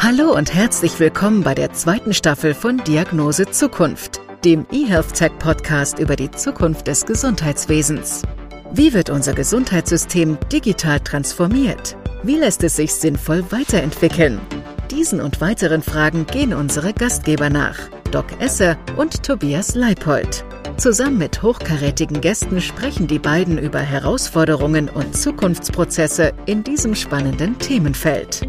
Hallo und herzlich willkommen bei der zweiten Staffel von Diagnose Zukunft, dem eHealth-Tech-Podcast über die Zukunft des Gesundheitswesens. Wie wird unser Gesundheitssystem digital transformiert? Wie lässt es sich sinnvoll weiterentwickeln? Diesen und weiteren Fragen gehen unsere Gastgeber nach, Doc Esser und Tobias Leipold. Zusammen mit hochkarätigen Gästen sprechen die beiden über Herausforderungen und Zukunftsprozesse in diesem spannenden Themenfeld.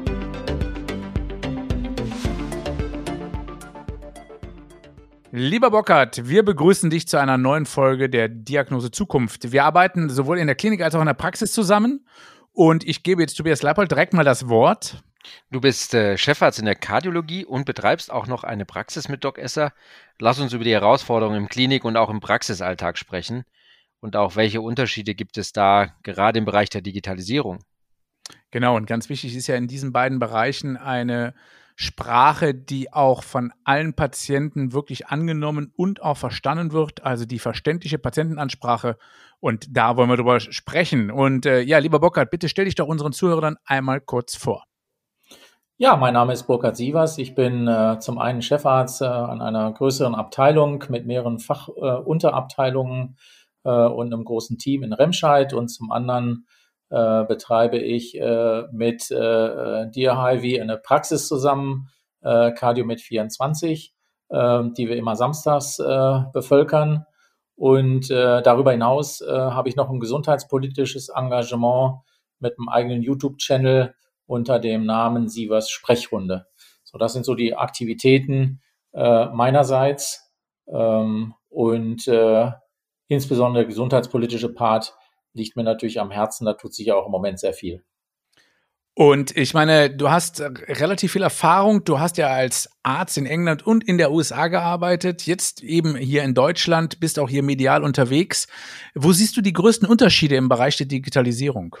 Lieber Burkhard, wir begrüßen dich zu einer neuen Folge der Diagnose Zukunft. Wir arbeiten sowohl in der Klinik als auch in der Praxis zusammen und ich gebe jetzt Tobias Leipold direkt mal das Wort. Du bist Chefarzt in der Kardiologie und betreibst auch noch eine Praxis mit Doc Esser. Lass uns über die Herausforderungen im Klinik- und auch im Praxisalltag sprechen und auch welche Unterschiede gibt es da gerade im Bereich der Digitalisierung. Genau, und ganz wichtig ist ja in diesen beiden Bereichen eine Sprache, die auch von allen Patienten wirklich angenommen und auch verstanden wird, also die verständliche Patientenansprache. Und da wollen wir drüber sprechen. Und lieber Burkhard, bitte stell dich doch unseren Zuhörern einmal kurz vor. Ja, mein Name ist Burkhard Sievers. Ich bin zum einen Chefarzt an einer größeren Abteilung mit mehreren Fachunterabteilungen und einem großen Team in Remscheid. Und zum anderen betreibe ich mit DearHive eine Praxis zusammen, CardioMed24, die wir immer samstags bevölkern. Und darüber hinaus habe ich noch ein gesundheitspolitisches Engagement mit einem eigenen YouTube-Channel unter dem Namen Sievers Sprechrunde. So, das sind so die Aktivitäten meinerseits und insbesondere der gesundheitspolitische Part liegt mir natürlich am Herzen. Da tut sich ja auch im Moment sehr viel. Und ich meine, du hast relativ viel Erfahrung. Du hast ja als Arzt in England und in der USA gearbeitet, jetzt eben hier in Deutschland, bist auch hier medial unterwegs. Wo siehst du die größten Unterschiede im Bereich der Digitalisierung?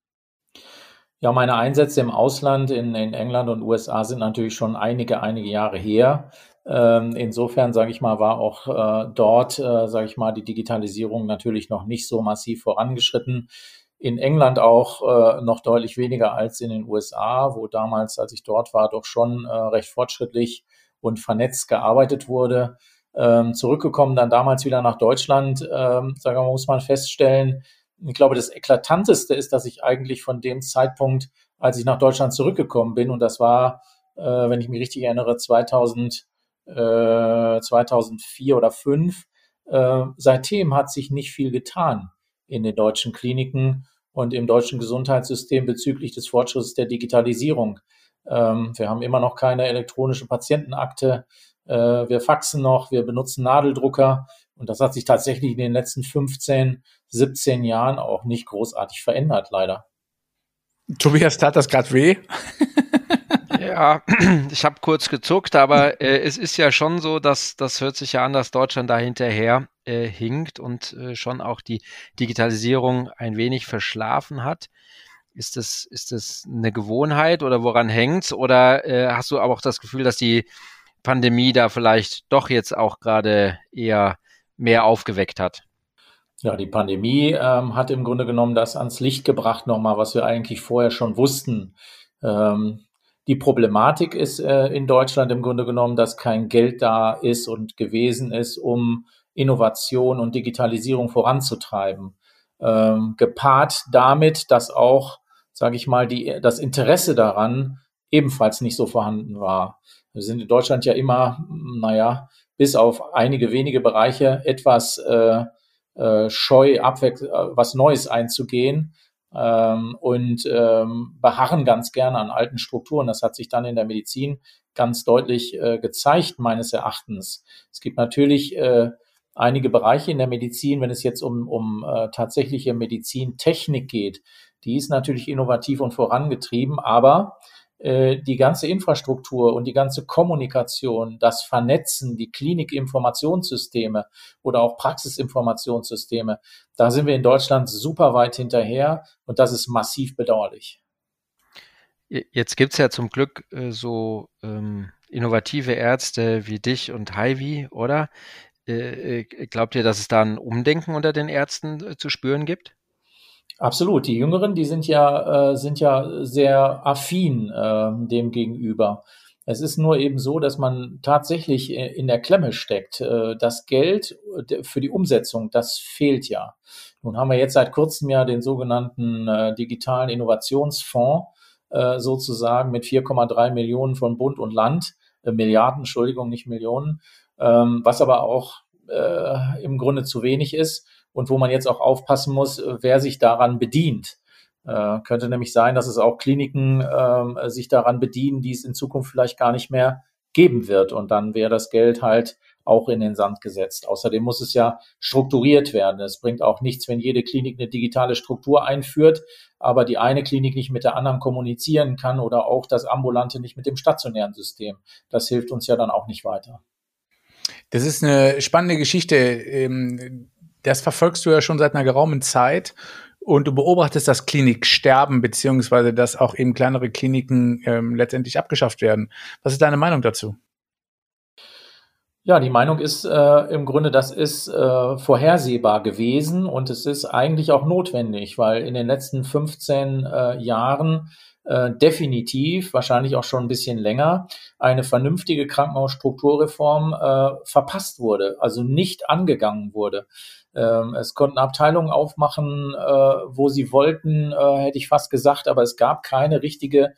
Ja, meine Einsätze im Ausland in England und USA sind natürlich schon einige Jahre her. Insofern, sage ich mal, war auch dort, sage ich mal, die Digitalisierung natürlich noch nicht so massiv vorangeschritten. In England auch noch deutlich weniger als in den USA, wo damals, als ich dort war, doch schon recht fortschrittlich und vernetzt gearbeitet wurde. Zurückgekommen dann damals wieder nach Deutschland, sagen wir mal, muss man feststellen, ich glaube, das Eklatanteste ist, dass ich eigentlich von dem Zeitpunkt, als ich nach Deutschland zurückgekommen bin, und das war, wenn ich mich richtig erinnere, 2004 oder 2005, seitdem hat sich nicht viel getan in den deutschen Kliniken und im deutschen Gesundheitssystem bezüglich des Fortschritts der Digitalisierung. Wir haben immer noch keine elektronische Patientenakte. Wir faxen noch, wir benutzen Nadeldrucker. Und das hat sich tatsächlich in den letzten 15, 17 Jahren auch nicht großartig verändert, leider. Tobias, tat das gerade weh? Ja, ich habe kurz gezuckt, aber es ist ja schon so, dass das hört sich ja an, dass Deutschland da hinterher hinkt und schon auch die Digitalisierung ein wenig verschlafen hat. Ist das eine Gewohnheit oder woran hängt's? Oder hast du aber auch das Gefühl, dass die Pandemie da vielleicht doch jetzt auch gerade eher mehr aufgeweckt hat? Ja, die Pandemie hat im Grunde genommen das ans Licht gebracht nochmal, was wir eigentlich vorher schon wussten. Die Problematik ist in Deutschland im Grunde genommen, dass kein Geld da ist und gewesen ist, um Innovation und Digitalisierung voranzutreiben. Gepaart damit, dass auch, sage ich mal, das Interesse daran ebenfalls nicht so vorhanden war. Wir sind in Deutschland ja immer, bis auf einige wenige Bereiche etwas scheu, was Neues einzugehen und beharren ganz gerne an alten Strukturen. Das hat sich dann in der Medizin ganz deutlich gezeigt, meines Erachtens. Es gibt natürlich einige Bereiche in der Medizin, wenn es jetzt um tatsächliche Medizintechnik geht, die ist natürlich innovativ und vorangetrieben, aber die ganze Infrastruktur und die ganze Kommunikation, das Vernetzen, die Klinikinformationssysteme oder auch Praxisinformationssysteme, da sind wir in Deutschland super weit hinterher und das ist massiv bedauerlich. Jetzt gibt's ja zum Glück so innovative Ärzte wie dich und Hive, oder? Glaubt ihr, dass es da ein Umdenken unter den Ärzten zu spüren gibt? Absolut. Die Jüngeren, die sind ja sehr affin dem gegenüber. Es ist nur eben so, dass man tatsächlich in der Klemme steckt. Das Geld für die Umsetzung, das fehlt ja. Nun haben wir jetzt seit kurzem ja den sogenannten digitalen Innovationsfonds sozusagen mit 4,3 Millionen von Bund und Land, Milliarden, Entschuldigung, nicht Millionen, was aber auch im Grunde zu wenig ist und wo man jetzt auch aufpassen muss, wer sich daran bedient. Könnte nämlich sein, dass es auch Kliniken sich daran bedienen, die es in Zukunft vielleicht gar nicht mehr geben wird. Und dann wäre das Geld halt auch in den Sand gesetzt. Außerdem muss es ja strukturiert werden. Es bringt auch nichts, wenn jede Klinik eine digitale Struktur einführt, aber die eine Klinik nicht mit der anderen kommunizieren kann oder auch das Ambulante nicht mit dem stationären System. Das hilft uns ja dann auch nicht weiter. Das ist eine spannende Geschichte. Das verfolgst du ja schon seit einer geraumen Zeit. Und du beobachtest das Kliniksterben, beziehungsweise dass auch eben kleinere Kliniken letztendlich abgeschafft werden. Was ist deine Meinung dazu? Ja, die Meinung ist im Grunde, das ist vorhersehbar gewesen und es ist eigentlich auch notwendig, weil in den letzten 15 Jahren definitiv, wahrscheinlich auch schon ein bisschen länger, eine vernünftige Krankenhausstrukturreform verpasst wurde, also nicht angegangen wurde. Es konnten Abteilungen aufmachen, wo sie wollten, hätte ich fast gesagt, aber es gab keine richtige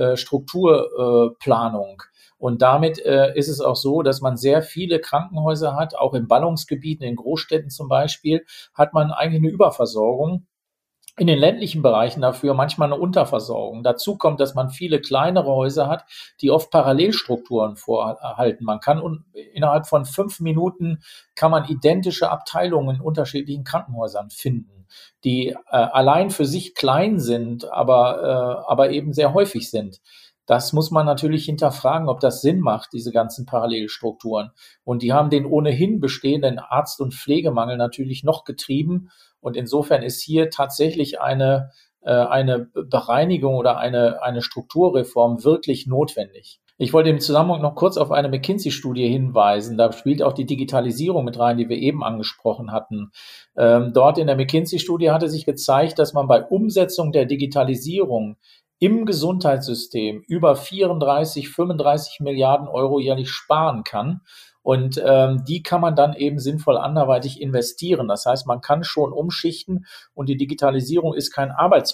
Strukturplanung. Und damit ist es auch so, dass man sehr viele Krankenhäuser hat, auch in Ballungsgebieten, in Großstädten zum Beispiel, hat man eigentlich eine Überversorgung. In den ländlichen Bereichen dafür manchmal eine Unterversorgung. Dazu kommt, dass man viele kleinere Häuser hat, die oft Parallelstrukturen vorhalten. Man kann innerhalb von 5 Minuten kann man identische Abteilungen in unterschiedlichen Krankenhäusern finden, die allein für sich klein sind, aber eben sehr häufig sind. Das muss man natürlich hinterfragen, ob das Sinn macht, diese ganzen Parallelstrukturen. Und die haben den ohnehin bestehenden Arzt- und Pflegemangel natürlich noch getrieben. Und insofern ist hier tatsächlich eine Bereinigung oder eine Strukturreform wirklich notwendig. Ich wollte im Zusammenhang noch kurz auf eine McKinsey-Studie hinweisen. Da spielt auch die Digitalisierung mit rein, die wir eben angesprochen hatten. Dort in der McKinsey-Studie hatte sich gezeigt, dass man bei Umsetzung der Digitalisierung im Gesundheitssystem über 34, 35 Milliarden Euro jährlich sparen kann. Und die kann man dann eben sinnvoll anderweitig investieren. Das heißt, man kann schon umschichten und die Digitalisierung ist kein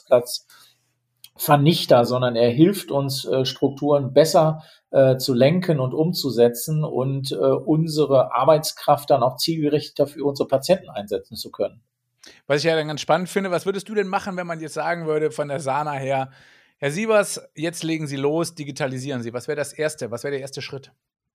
Arbeitsplatzvernichter, sondern er hilft uns, Strukturen besser zu lenken und umzusetzen und unsere Arbeitskraft dann auch zielgerichteter für unsere Patienten einsetzen zu können. Was ich ja dann ganz spannend finde, was würdest du denn machen, wenn man jetzt sagen würde, von der Sana her, Herr Sievers, jetzt legen Sie los, digitalisieren Sie. Was wäre das Erste? Was wäre der erste Schritt?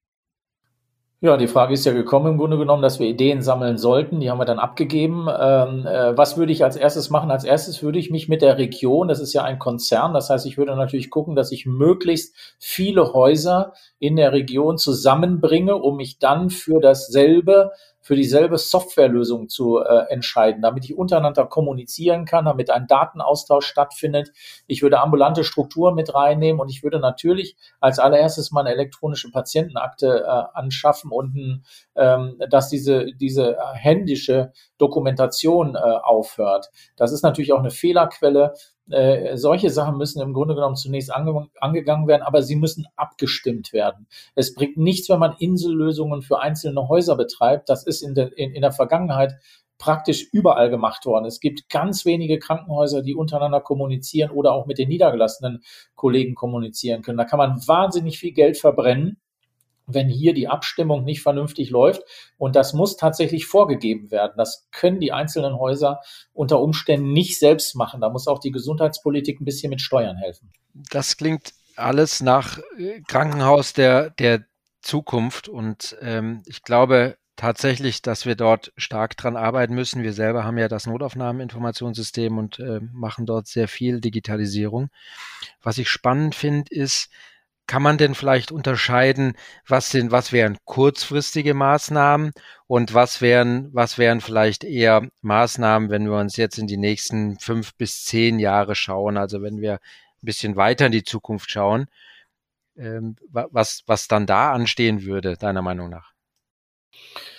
Ja, die Frage ist ja gekommen im Grunde genommen, dass wir Ideen sammeln sollten. Die haben wir dann abgegeben. Was würde ich als erstes machen? Als erstes würde ich mich mit der Region, das ist ja ein Konzern, das heißt, ich würde natürlich gucken, dass ich möglichst viele Häuser in der Region zusammenbringe, um mich dann für dieselbe Softwarelösung zu entscheiden, damit ich untereinander kommunizieren kann, damit ein Datenaustausch stattfindet. Ich würde ambulante Strukturen mit reinnehmen und ich würde natürlich als allererstes mal eine elektronische Patientenakte anschaffen und dass diese händische Dokumentation aufhört. Das ist natürlich auch eine Fehlerquelle. Solche Sachen müssen im Grunde genommen zunächst angegangen werden, aber sie müssen abgestimmt werden. Es bringt nichts, wenn man Insellösungen für einzelne Häuser betreibt. Das ist in der Vergangenheit praktisch überall gemacht worden. Es gibt ganz wenige Krankenhäuser, die untereinander kommunizieren oder auch mit den niedergelassenen Kollegen kommunizieren können. Da kann man wahnsinnig viel Geld verbrennen, wenn hier die Abstimmung nicht vernünftig läuft. Und das muss tatsächlich vorgegeben werden. Das können die einzelnen Häuser unter Umständen nicht selbst machen. Da muss auch die Gesundheitspolitik ein bisschen mit Steuern helfen. Das klingt alles nach Krankenhaus der Zukunft. Und ich glaube tatsächlich, dass wir dort stark dran arbeiten müssen. Wir selber haben ja das Notaufnahmeninformationssystem und machen dort sehr viel Digitalisierung. Was ich spannend finde, ist, kann man denn vielleicht unterscheiden, was wären kurzfristige Maßnahmen und was wären vielleicht eher Maßnahmen, wenn wir uns jetzt in die nächsten 5 bis 10 Jahre schauen, also wenn wir ein bisschen weiter in die Zukunft schauen, was dann da anstehen würde, deiner Meinung nach?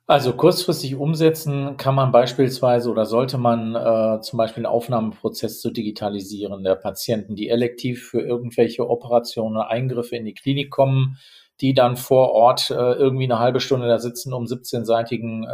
Also kurzfristig umsetzen kann man beispielsweise oder sollte man zum Beispiel den Aufnahmeprozess zu digitalisieren der Patienten, die elektiv für irgendwelche Operationen, Eingriffe in die Klinik kommen, die dann vor Ort irgendwie eine halbe Stunde da sitzen, um 17-seitigen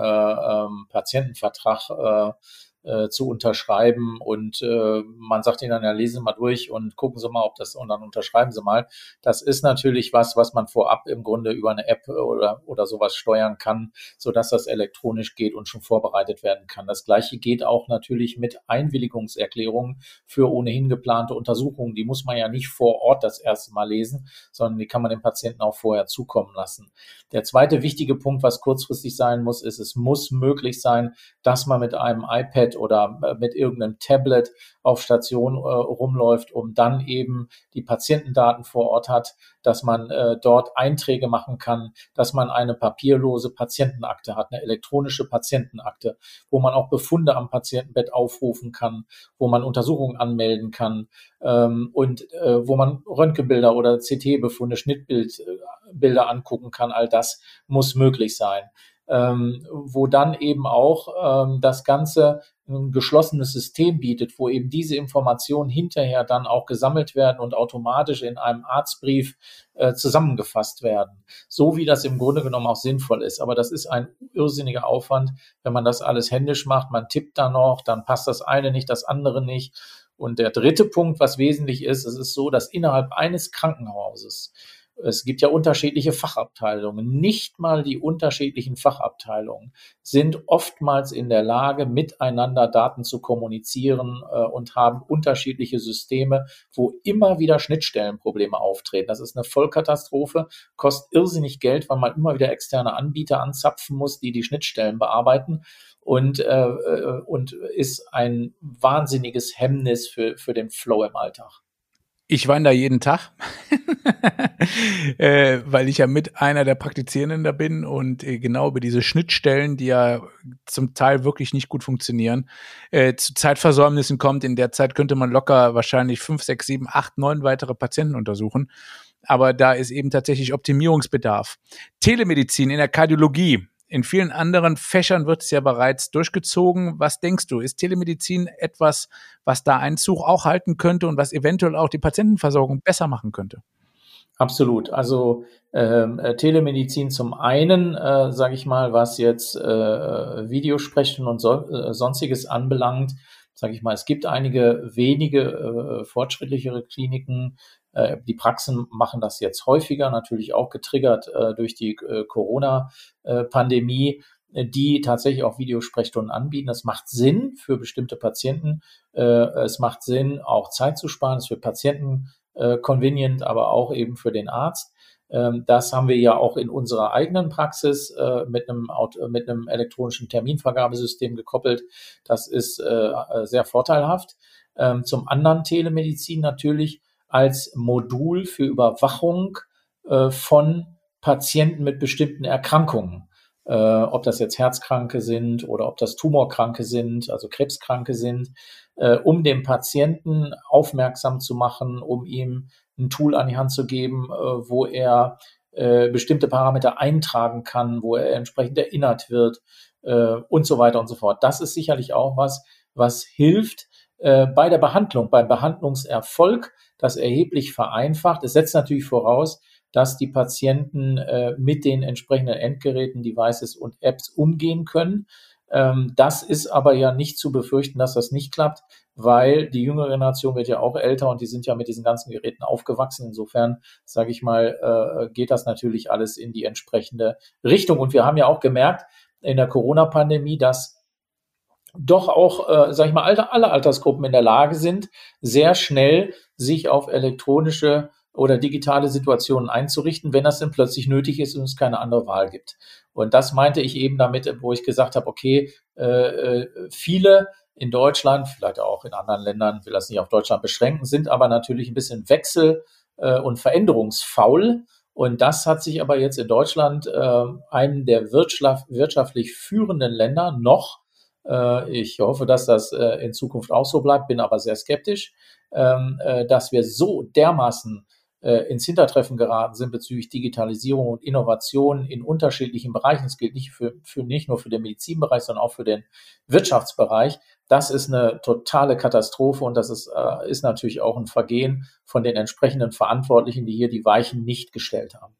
Patientenvertrag zu unterschreiben und man sagt ihnen dann, ja, lesen Sie mal durch und gucken Sie mal, ob das, und dann unterschreiben Sie mal. Das ist natürlich was man vorab im Grunde über eine App oder sowas steuern kann, sodass das elektronisch geht und schon vorbereitet werden kann. Das Gleiche geht auch natürlich mit Einwilligungserklärungen für ohnehin geplante Untersuchungen. Die muss man ja nicht vor Ort das erste Mal lesen, sondern die kann man dem Patienten auch vorher zukommen lassen. Der zweite wichtige Punkt, was kurzfristig sein muss, ist, es muss möglich sein, dass man mit einem iPad oder mit irgendeinem Tablet auf Station rumläuft, um dann eben die Patientendaten vor Ort hat, dass man dort Einträge machen kann, dass man eine papierlose Patientenakte hat, eine elektronische Patientenakte, wo man auch Befunde am Patientenbett aufrufen kann, wo man Untersuchungen anmelden kann und wo man Röntgenbilder oder CT-Befunde, Schnittbilder angucken kann. All das muss möglich sein. Wo dann eben auch das Ganze ein geschlossenes System bietet, wo eben diese Informationen hinterher dann auch gesammelt werden und automatisch in einem Arztbrief zusammengefasst werden. So wie das im Grunde genommen auch sinnvoll ist. Aber das ist ein irrsinniger Aufwand, wenn man das alles händisch macht. Man tippt da noch, dann passt das eine nicht, das andere nicht. Und der dritte Punkt, was wesentlich ist, es ist so, dass innerhalb eines Krankenhauses, es gibt ja unterschiedliche Fachabteilungen. Nicht mal die unterschiedlichen Fachabteilungen sind oftmals in der Lage, miteinander Daten zu kommunizieren und haben unterschiedliche Systeme, wo immer wieder Schnittstellenprobleme auftreten. Das ist eine Vollkatastrophe, kostet irrsinnig Geld, weil man immer wieder externe Anbieter anzapfen muss, die Schnittstellen bearbeiten. Und ist ein wahnsinniges Hemmnis für den Flow im Alltag. Ich weine da jeden Tag, weil ich ja mit einer der Praktizierenden da bin und genau über diese Schnittstellen, die ja zum Teil wirklich nicht gut funktionieren, zu Zeitversäumnissen kommt. In der Zeit könnte man locker wahrscheinlich 5, 6, 7, 8, 9 weitere Patienten untersuchen. Aber da ist eben tatsächlich Optimierungsbedarf. Telemedizin in der Kardiologie. In vielen anderen Fächern wird es ja bereits durchgezogen. Was denkst du, ist Telemedizin etwas, was da Einzug auch halten könnte und was eventuell auch die Patientenversorgung besser machen könnte? Absolut. Also Telemedizin zum einen, sage ich mal, was jetzt Videosprechen und Sonstiges anbelangt, sage ich mal, es gibt einige wenige fortschrittlichere Kliniken. Die Praxen machen das jetzt häufiger, natürlich auch getriggert durch die Corona-Pandemie, die tatsächlich auch Videosprechstunden anbieten. Das macht Sinn für bestimmte Patienten. Es macht Sinn, auch Zeit zu sparen. Es ist für Patienten convenient, aber auch eben für den Arzt. Das haben wir ja auch in unserer eigenen Praxis mit einem elektronischen Terminvergabesystem gekoppelt. Das ist sehr vorteilhaft. Zum anderen Telemedizin natürlich als Modul für Überwachung von Patienten mit bestimmten Erkrankungen. Ob das jetzt Herzkranke sind oder ob das Tumorkranke sind, also Krebskranke sind, um dem Patienten aufmerksam zu machen, um ihm ein Tool an die Hand zu geben, wo er bestimmte Parameter eintragen kann, wo er entsprechend erinnert wird und so weiter und so fort. Das ist sicherlich auch was hilft bei der Behandlung, beim Behandlungserfolg, das erheblich vereinfacht. Es setzt natürlich voraus, dass die Patienten mit den entsprechenden Endgeräten, Devices und Apps umgehen können. Das ist aber ja nicht zu befürchten, dass das nicht klappt, weil die jüngere Generation wird ja auch älter und die sind ja mit diesen ganzen Geräten aufgewachsen. Insofern, sage ich mal, geht das natürlich alles in die entsprechende Richtung. Und wir haben ja auch gemerkt in der Corona-Pandemie, dass doch auch, sage ich mal, alle Altersgruppen in der Lage sind, sehr schnell sich auf elektronische oder digitale Situationen einzurichten, wenn das denn plötzlich nötig ist und es keine andere Wahl gibt. Und das meinte ich eben damit, wo ich gesagt habe, okay, viele in Deutschland, vielleicht auch in anderen Ländern, will das nicht auf Deutschland beschränken, sind aber natürlich ein bisschen wechsel- und veränderungsfaul. Und das hat sich aber jetzt in Deutschland, einem der wirtschaftlich führenden Länder noch, ich hoffe, dass das in Zukunft auch so bleibt, bin aber sehr skeptisch, dass wir so dermaßen ins Hintertreffen geraten sind bezüglich Digitalisierung und Innovation in unterschiedlichen Bereichen. Das gilt nicht nur für den Medizinbereich, sondern auch für den Wirtschaftsbereich. Das ist eine totale Katastrophe und das ist natürlich auch ein Vergehen von den entsprechenden Verantwortlichen, die hier die Weichen nicht gestellt haben.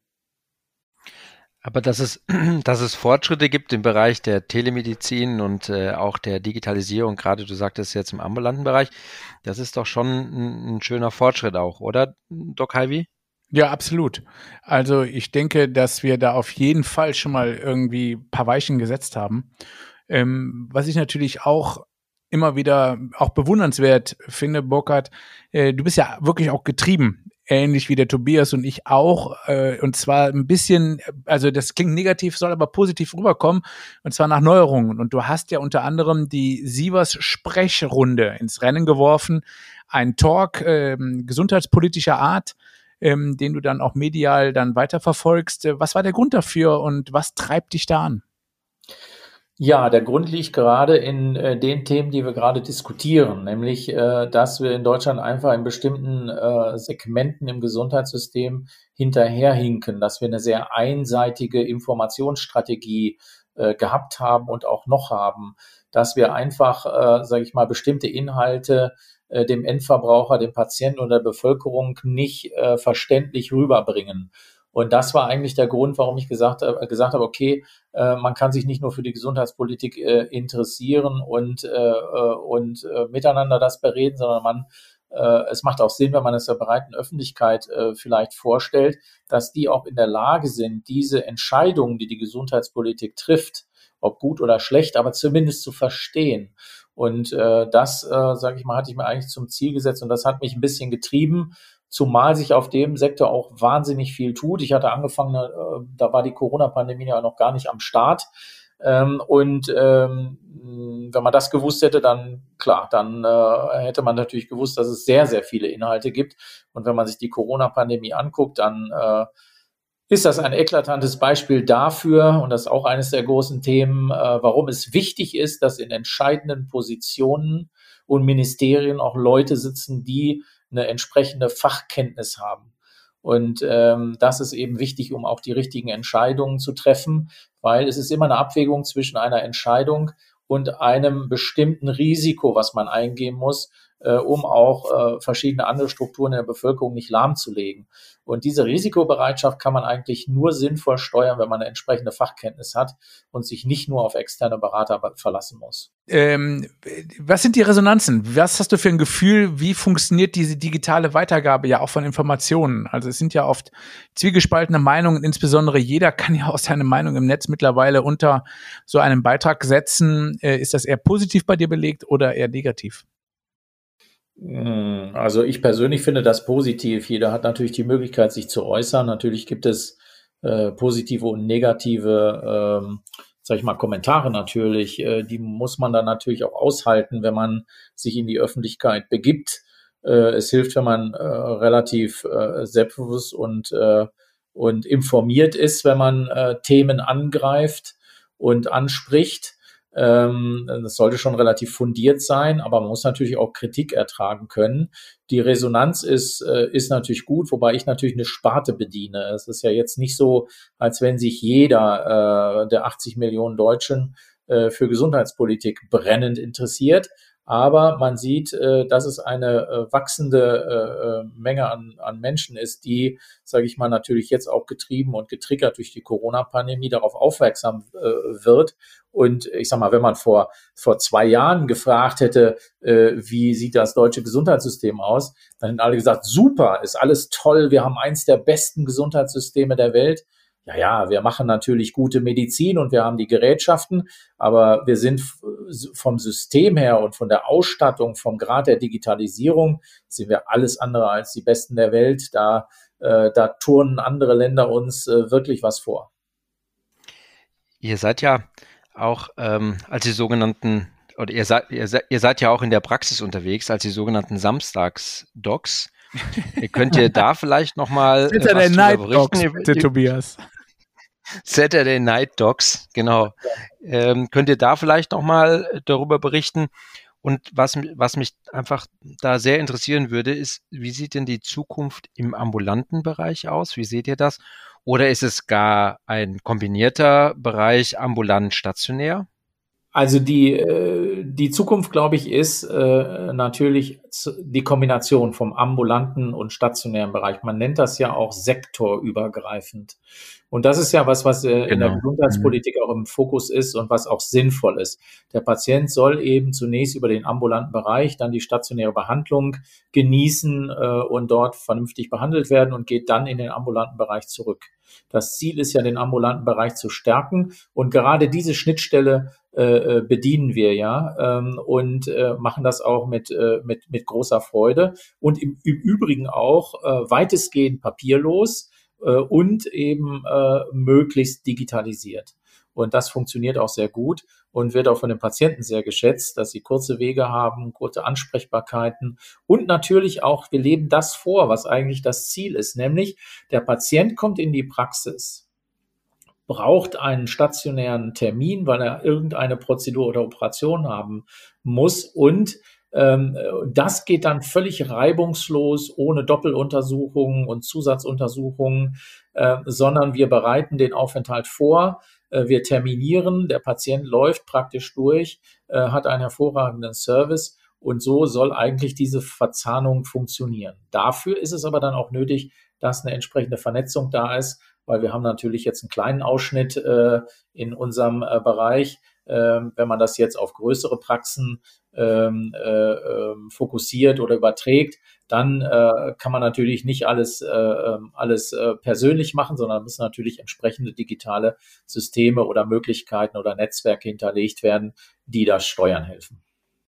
Aber dass es Fortschritte gibt im Bereich der Telemedizin und auch der Digitalisierung, gerade du sagtest jetzt im ambulanten Bereich, das ist doch schon ein schöner Fortschritt auch, oder, Doc Hyvie? Ja, absolut. Also ich denke, dass wir da auf jeden Fall schon mal irgendwie ein paar Weichen gesetzt haben. Was ich natürlich auch immer wieder auch bewundernswert finde, Burkhard, du bist ja wirklich auch getrieben, ähnlich wie der Tobias und ich auch, und zwar ein bisschen, also das klingt negativ, soll aber positiv rüberkommen, und zwar nach Neuerungen. Und du hast ja unter anderem die Sievers-Sprechrunde ins Rennen geworfen, ein Talk gesundheitspolitischer Art, den du dann auch medial dann weiterverfolgst. Was war der Grund dafür und was treibt dich da an? Ja, der Grund liegt gerade in den Themen, die wir gerade diskutieren, nämlich, dass wir in Deutschland einfach in bestimmten Segmenten im Gesundheitssystem hinterherhinken, dass wir eine sehr einseitige Informationsstrategie gehabt haben und auch noch haben, dass wir einfach, sage ich mal, bestimmte Inhalte dem Endverbraucher, dem Patienten und der Bevölkerung nicht verständlich rüberbringen. Und das war eigentlich der Grund, warum ich gesagt habe, okay, man kann sich nicht nur für die Gesundheitspolitik interessieren und miteinander das bereden, sondern es macht auch Sinn, wenn man es der breiten Öffentlichkeit vielleicht vorstellt, dass die auch in der Lage sind, diese Entscheidungen, die die Gesundheitspolitik trifft, ob gut oder schlecht, aber zumindest zu verstehen. Und das, sage ich mal, hatte ich mir eigentlich zum Ziel gesetzt und das hat mich ein bisschen getrieben, zumal sich auf dem Sektor auch wahnsinnig viel tut. Ich hatte angefangen, da war die Corona-Pandemie ja noch gar nicht am Start. Wenn man das gewusst hätte, dann klar, dann hätte man natürlich gewusst, dass es sehr, sehr viele Inhalte gibt. Und wenn man sich die Corona-Pandemie anguckt, dann ist das ein eklatantes Beispiel dafür, und das ist auch eines der großen Themen, warum es wichtig ist, dass in entscheidenden Positionen und Ministerien auch Leute sitzen, die eine entsprechende Fachkenntnis haben. Und das ist eben wichtig, um auch die richtigen Entscheidungen zu treffen, weil es ist immer eine Abwägung zwischen einer Entscheidung und einem bestimmten Risiko, was man eingehen muss, um auch verschiedene andere Strukturen in der Bevölkerung nicht lahmzulegen. Und diese Risikobereitschaft kann man eigentlich nur sinnvoll steuern, wenn man eine entsprechende Fachkenntnis hat und sich nicht nur auf externe Berater verlassen muss. Was sind die Resonanzen? Was hast du für ein Gefühl, wie funktioniert diese digitale Weitergabe ja auch von Informationen? Also es sind ja oft zwiegespaltene Meinungen, insbesondere jeder kann ja auch seine Meinung im Netz mittlerweile unter so einem Beitrag setzen. Ist das eher positiv bei dir belegt oder eher negativ? Also ich persönlich finde das positiv. Jeder hat natürlich die Möglichkeit, sich zu äußern. Natürlich gibt es positive und negative, sag ich mal, Kommentare natürlich. Die muss man dann natürlich auch aushalten, wenn man sich in die Öffentlichkeit begibt. Es hilft, wenn man relativ selbstbewusst und informiert ist, wenn man Themen angreift und anspricht. Das sollte schon relativ fundiert sein, aber man muss natürlich auch Kritik ertragen können. Die Resonanz ist natürlich gut, wobei ich natürlich eine Sparte bediene. Es ist ja jetzt nicht so, als wenn sich jeder der 80 Millionen Deutschen für Gesundheitspolitik brennend interessiert. Aber man sieht, dass es eine wachsende Menge an Menschen ist, die, sage ich mal, natürlich jetzt auch getrieben und getriggert durch die Corona-Pandemie darauf aufmerksam wird. Und ich sag mal, wenn man vor 2 Jahren gefragt hätte, wie sieht das deutsche Gesundheitssystem aus, dann hätten alle gesagt, super, ist alles toll, wir haben eins der besten Gesundheitssysteme der Welt. Ja, wir machen natürlich gute Medizin und wir haben die Gerätschaften, aber wir sind vom System her und von der Ausstattung, vom Grad der Digitalisierung, sind wir alles andere als die Besten der Welt. Da turnen andere Länder uns wirklich was vor. Ihr seid ja auch als die sogenannten, oder ihr seid ja auch in der Praxis unterwegs, als die sogenannten Samstags-Docs. Könnt ihr da vielleicht nochmal Saturday Night Docs, bitte, Tobias. Saturday Night Docs, genau. Könnt ihr da vielleicht nochmal darüber berichten Und was mich einfach da sehr interessieren würde, ist, wie sieht denn die Zukunft im ambulanten Bereich aus? Wie seht ihr das? Oder ist es gar ein kombinierter Bereich ambulant-stationär? Also die Zukunft, glaube ich, ist natürlich die Kombination vom ambulanten und stationären Bereich. Man nennt das ja auch sektorübergreifend. Und das ist ja was in der Genau. Gesundheitspolitik auch im Fokus ist und was auch sinnvoll ist. Der Patient soll eben zunächst über den ambulanten Bereich dann die stationäre Behandlung genießen und dort vernünftig behandelt werden und geht dann in den ambulanten Bereich zurück. Das Ziel ist ja, den ambulanten Bereich zu stärken. Und gerade diese Schnittstelle bedienen wir ja und machen das auch mit großer Freude und im Übrigen auch weitestgehend papierlos und eben möglichst digitalisiert. Und das funktioniert auch sehr gut und wird auch von den Patienten sehr geschätzt, dass sie kurze Wege haben, kurze Ansprechbarkeiten und natürlich auch, wir leben das vor, was eigentlich das Ziel ist, nämlich der Patient kommt in die Praxis, braucht einen stationären Termin, weil er irgendeine Prozedur oder Operation haben muss und das geht dann völlig reibungslos, ohne Doppeluntersuchungen und Zusatzuntersuchungen, sondern wir bereiten den Aufenthalt vor, wir terminieren, der Patient läuft praktisch durch, hat einen hervorragenden Service und so soll eigentlich diese Verzahnung funktionieren. Dafür ist es aber dann auch nötig, dass eine entsprechende Vernetzung da ist, weil wir haben natürlich jetzt einen kleinen Ausschnitt in unserem Bereich. Wenn man das jetzt auf größere Praxen fokussiert oder überträgt, dann kann man natürlich nicht alles persönlich machen, sondern müssen natürlich entsprechende digitale Systeme oder Möglichkeiten oder Netzwerke hinterlegt werden, die das Steuern helfen.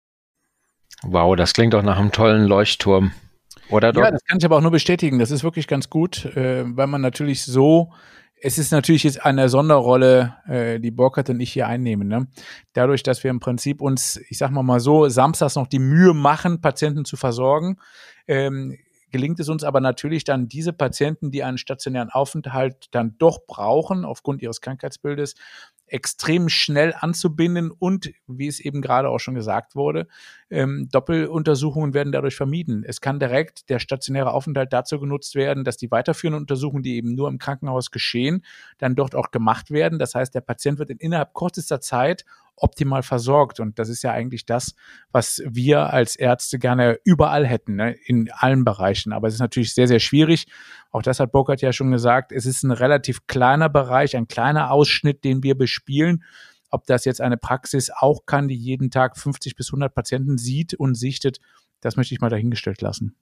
Wow, das klingt doch nach einem tollen Leuchtturm. Oder ja, das kann ich aber auch nur bestätigen. Das ist wirklich ganz gut, weil man natürlich es ist natürlich jetzt eine Sonderrolle, die Burkhard und ich hier einnehmen. Ne? Dadurch, dass wir im Prinzip uns, ich sag mal so, samstags noch die Mühe machen, Patienten zu versorgen, gelingt es uns aber natürlich dann, diese Patienten, die einen stationären Aufenthalt dann doch brauchen, aufgrund ihres Krankheitsbildes, extrem schnell anzubinden und, wie es eben gerade auch schon gesagt wurde, Doppeluntersuchungen werden dadurch vermieden. Es kann direkt der stationäre Aufenthalt dazu genutzt werden, dass die weiterführenden Untersuchungen, die eben nur im Krankenhaus geschehen, dann dort auch gemacht werden. Das heißt, der Patient wird innerhalb kürzester Zeit optimal versorgt. Und das ist ja eigentlich das, was wir als Ärzte gerne überall hätten, ne? In allen Bereichen. Aber es ist natürlich sehr, sehr schwierig. Auch das hat Burkhard ja schon gesagt. Es ist ein relativ kleiner Bereich, ein kleiner Ausschnitt, den wir bespielen. Ob das jetzt eine Praxis auch kann, die jeden Tag 50 bis 100 Patienten sieht und sichtet, das möchte ich mal dahingestellt lassen.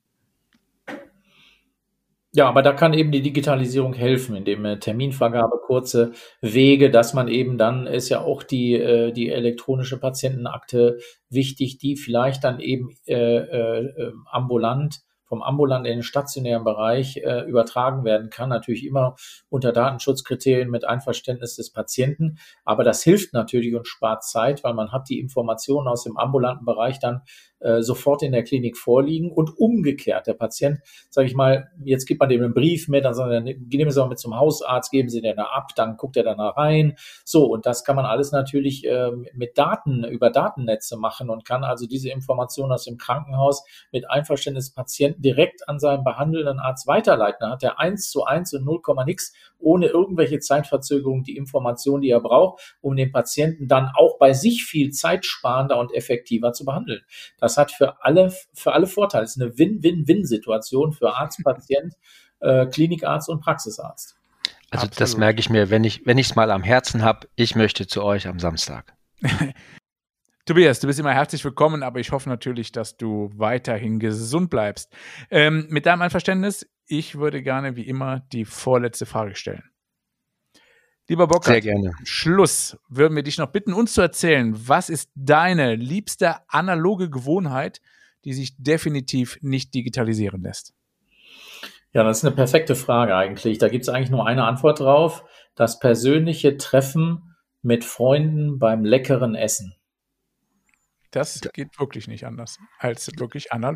Ja, aber da kann eben die Digitalisierung helfen, indem Terminvergabe, kurze Wege, dass man eben dann, ist ja auch die elektronische Patientenakte wichtig, die vielleicht dann eben vom ambulanten in den stationären Bereich übertragen werden kann. Natürlich immer unter Datenschutzkriterien mit Einverständnis des Patienten. Aber das hilft natürlich und spart Zeit, weil man hat die Informationen aus dem ambulanten Bereich dann sofort in der Klinik vorliegen und umgekehrt. Der Patient, sage ich mal, jetzt gibt man dem einen Brief mit, dann sagen wir, nehmen Sie auch mit zum Hausarzt, geben Sie den da ab, dann guckt er da rein. So, und das kann man alles natürlich mit Daten, über Datennetze machen und kann also diese Informationen aus dem Krankenhaus mit Einverständnis des Patienten direkt an seinen behandelnden Arzt weiterleiten. Dann hat er 1:1 und 0, nix, ohne irgendwelche Zeitverzögerung die Informationen, die er braucht, um den Patienten dann auch bei sich viel zeitsparender und effektiver zu behandeln. Das hat für alle Vorteile. Es ist eine Win-Win-Win-Situation für Arzt, Patient, Klinikarzt und Praxisarzt. Also Absolut. Das merke ich mir, wenn ich es mal am Herzen habe, ich möchte zu euch am Samstag. Tobias, du bist immer herzlich willkommen, aber ich hoffe natürlich, dass du weiterhin gesund bleibst. Mit deinem Einverständnis, ich würde gerne wie immer die vorletzte Frage stellen. Lieber Burkhard, sehr gerne. Zum Schluss würden wir dich noch bitten, uns zu erzählen, was ist deine liebste analoge Gewohnheit, die sich definitiv nicht digitalisieren lässt? Ja, das ist eine perfekte Frage eigentlich. Da gibt es eigentlich nur eine Antwort drauf. Das persönliche Treffen mit Freunden beim leckeren Essen. Das geht wirklich nicht anders als wirklich analog.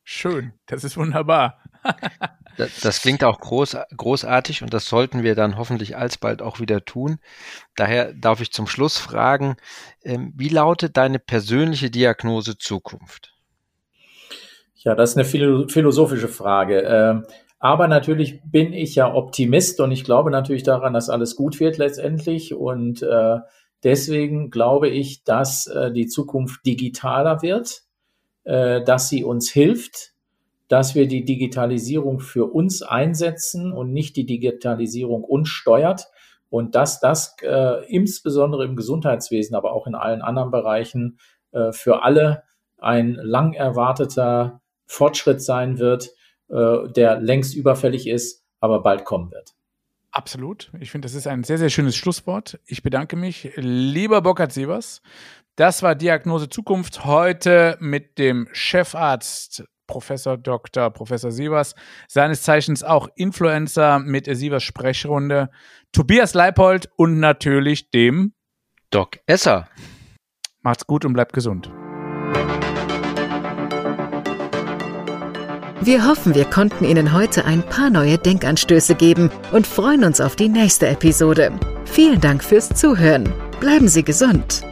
Schön, das ist wunderbar. Das klingt auch großartig und das sollten wir dann hoffentlich alsbald auch wieder tun. Daher darf ich zum Schluss fragen, wie lautet deine persönliche Diagnose Zukunft? Ja, das ist eine philosophische Frage. Aber natürlich bin ich ja Optimist und ich glaube natürlich daran, dass alles gut wird letztendlich. Und deswegen glaube ich, dass die Zukunft digitaler wird, dass sie uns hilft, dass wir die Digitalisierung für uns einsetzen und nicht die Digitalisierung uns steuert und dass das insbesondere im Gesundheitswesen, aber auch in allen anderen Bereichen für alle ein lang erwarteter Fortschritt sein wird, der längst überfällig ist, aber bald kommen wird. Absolut. Ich finde, das ist ein sehr, sehr schönes Schlusswort. Ich bedanke mich, lieber Burkhard Sievers. Das war Diagnose Zukunft heute mit dem Chefarzt Professor Sievers, seines Zeichens auch Influencer mit der Sievers Sprechrunde, Tobias Leipold und natürlich dem Doc Esser. Macht's gut und bleibt gesund. Wir hoffen, wir konnten Ihnen heute ein paar neue Denkanstöße geben und freuen uns auf die nächste Episode. Vielen Dank fürs Zuhören. Bleiben Sie gesund.